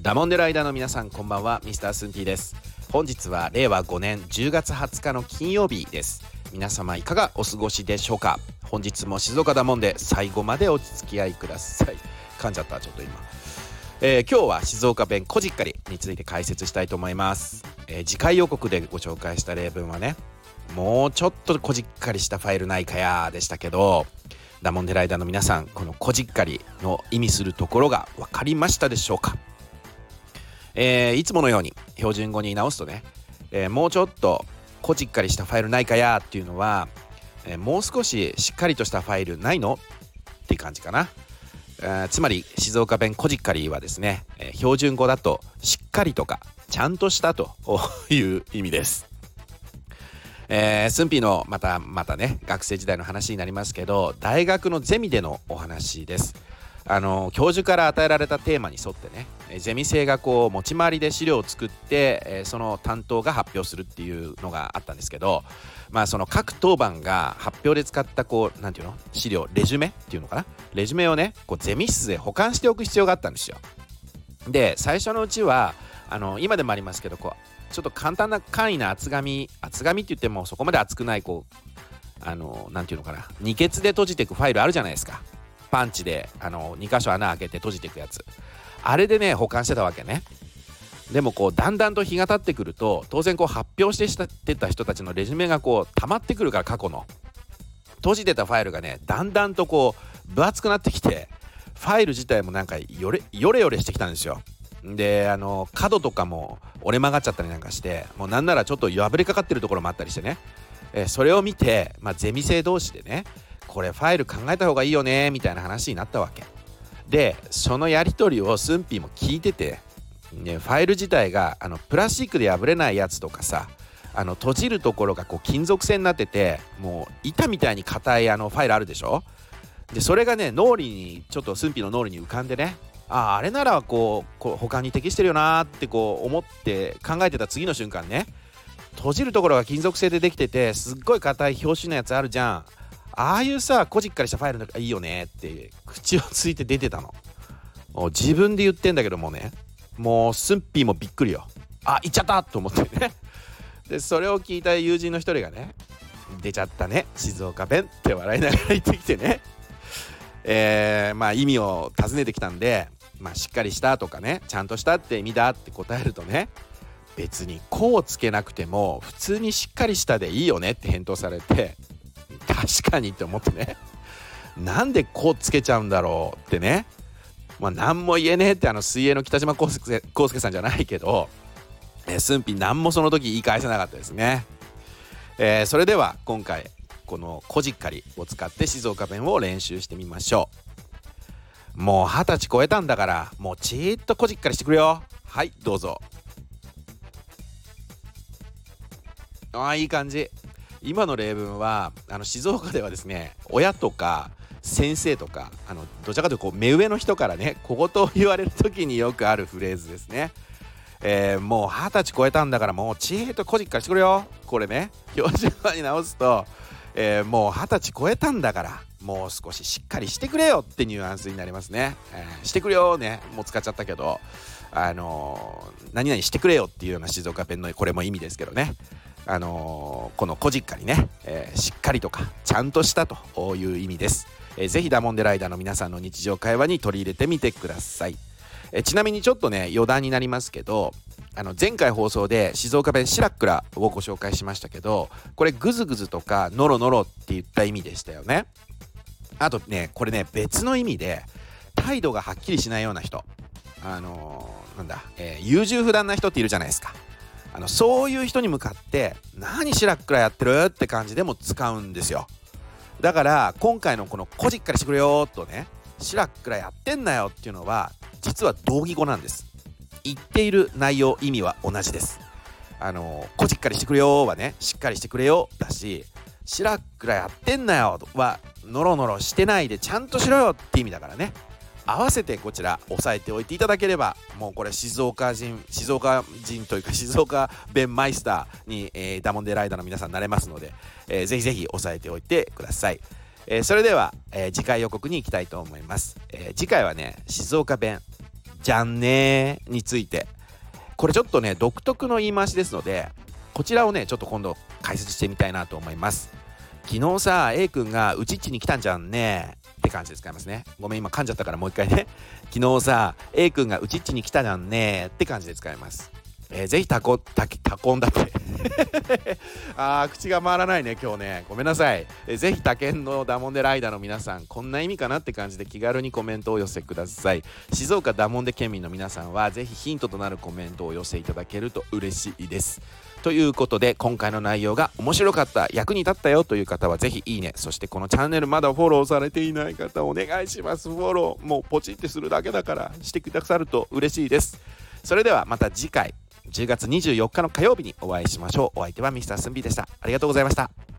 ダモンデライダーの皆さん、こんばんは。ミスタースンティです。本日は令和5年10月20日の金曜日です。皆様いかがお過ごしでしょうか。本日も静岡ダモンで最後までお付き合いください。噛んじゃったちょっと今、今日は静岡弁こじっかりについて解説したいと思います。次回予告でご紹介した例文はね、もうちょっとこじっかりしたファイルないかやでしたけど、ダモンデライダーの皆さん、このこじっかりの意味するところが分かりましたでしょうか。いつものように標準語に直すとね、もうちょっとこじっかりしたファイルないかやっていうのは、もう少ししっかりとしたファイルないのっていう感じかな。つまり静岡弁こじっかりはですね、標準語だとしっかりとかちゃんとしたという意味です。スンピーのまたね、学生時代の話になりますけど、大学のゼミでのお話です。教授から与えられたテーマに沿ってね、ゼミ生がこう持ち回りで資料を作って、その担当が発表するっていうのがあったんですけど、その各当番が発表で使ったこうなんていうの、資料、レジュメっていうのかな、レジュメをねこうゼミ室で保管しておく必要があったんですよ。で、最初のうちは今でもありますけど、こうちょっと簡単な簡易な厚紙って言ってもそこまで厚くない、こうなんていうのかな、二欠で閉じていくファイルあるじゃないですか。パンチで2箇所穴開けて閉じていくやつ、あれでね保管してたわけね。でもこうだんだんと日が経ってくると、当然こう発表してた人たちのレジュメがこう溜まってくるから、過去の閉じてたファイルがねだんだんとこう分厚くなってきて、ファイル自体もなんかヨレヨレしてきたんですよ。で角とかも折れ曲がっちゃったりなんかして、もうなんならちょっと破れかかってるところもあったりしてね、それを見て、ゼミ生同士でね、これファイル考えた方がいいよねみたいな話になったわけで、そのやり取りをスンピーも聞いてて、ね、ファイル自体がプラスチックで破れないやつとかさ、閉じるところがこう金属製になってて、もう板みたいに硬いファイルあるでしょ。でそれがね脳裏にちょっとスンピーの脳裏に浮かんでね、あれならこう他に適してるよなってこう思って考えてた次の瞬間ね、閉じるところが金属製でできててすっごい硬い表紙のやつあるじゃん。ああいうさこじっかりしたファイルのがいいよねって口をついて出てたの。自分で言ってんだけどもね、もうスンピーもびっくりよ。言っちゃったと思ってね。でそれを聞いた友人の一人がね、出ちゃったね静岡弁って笑いながら言ってきてね、意味を尋ねてきたんで、しっかりしたとかね、ちゃんとしたって意味だって答えるとね、別にこうつけなくても普通にしっかりしたでいいよねって返答されて、確かにって思ってね、なんでこうつけちゃうんだろうってね、何も言えねえって水泳の北島康介さんじゃないけど、スンピ何もその時言い返せなかったですね。それでは今回このこじっかりを使って静岡弁を練習してみましょう。もう20歳超えたんだから、もうちーっとこじっかりしてくれよ。はい、どうぞ。いい感じ。今の例文は静岡ではですね、親とか先生とかどちらかというとこう目上の人からね小言を言われる時によくあるフレーズですね。もう20歳超えたんだからもうちーっとこじっかりしてくれよ。これね標準語に直すと、もう20歳超えたんだからもう少ししっかりしてくれよってニュアンスになりますね。してくれよね、もう使っちゃったけど何々してくれよっていうような静岡弁のこれも意味ですけどね、このこじっかりね、しっかりとかちゃんとしたという意味です。ぜひダモンデライダーの皆さんの日常会話に取り入れてみてください。ちなみにちょっとね余談になりますけど、前回放送で静岡弁シラックラをご紹介しましたけど、これグズグズとかノロノロって言った意味でしたよね。あとねこれね別の意味で態度がはっきりしないような人、優柔不断な人っているじゃないですか。そういう人に向かって何シラックラやってるって感じでも使うんですよ。だから今回のこのこじっかりしてくれよとね、シラックラやってんなよっていうのは実は同義語なんです。言っている内容意味は同じです。こじっかりしてくれよはねしっかりしてくれよだし、シラックラやってんなよはノロノロしてないでちゃんとしろよって意味だからね、合わせてこちら押さえておいていただければ、もうこれ静岡人というか静岡弁マイスターに、ダモンデライダーの皆さんなれますので、ぜひぜひ押さえておいてください。それでは、次回予告に行きたいと思います。次回はね静岡弁じゃんねーについて、これちょっとね独特の言い回しですので、こちらをねちょっと今度解説してみたいなと思います。昨日さ A 君がうちっちに来たんじゃんねって感じで使いますね。ごめん今噛んじゃったからもう一回ね。昨日さ A 君がうちっちに来たじゃんねって感じで使います。ぜひタコンだって口が回らないね今日ね、ごめんなさい。ぜひ他県のダモンデライダーの皆さん、こんな意味かなって感じで気軽にコメントをお寄せください。静岡ダモンデ県民の皆さんはぜひヒントとなるコメントをお寄せいただけると嬉しいです。ということで今回の内容が面白かった、役に立ったよという方はぜひいいね、そしてこのチャンネルまだフォローされていない方お願いします。フォローもうポチってするだけだからしてくださると嬉しいです。それではまた次回10月24日の火曜日にお会いしましょう。お相手はミスタースンビーでした。ありがとうございました。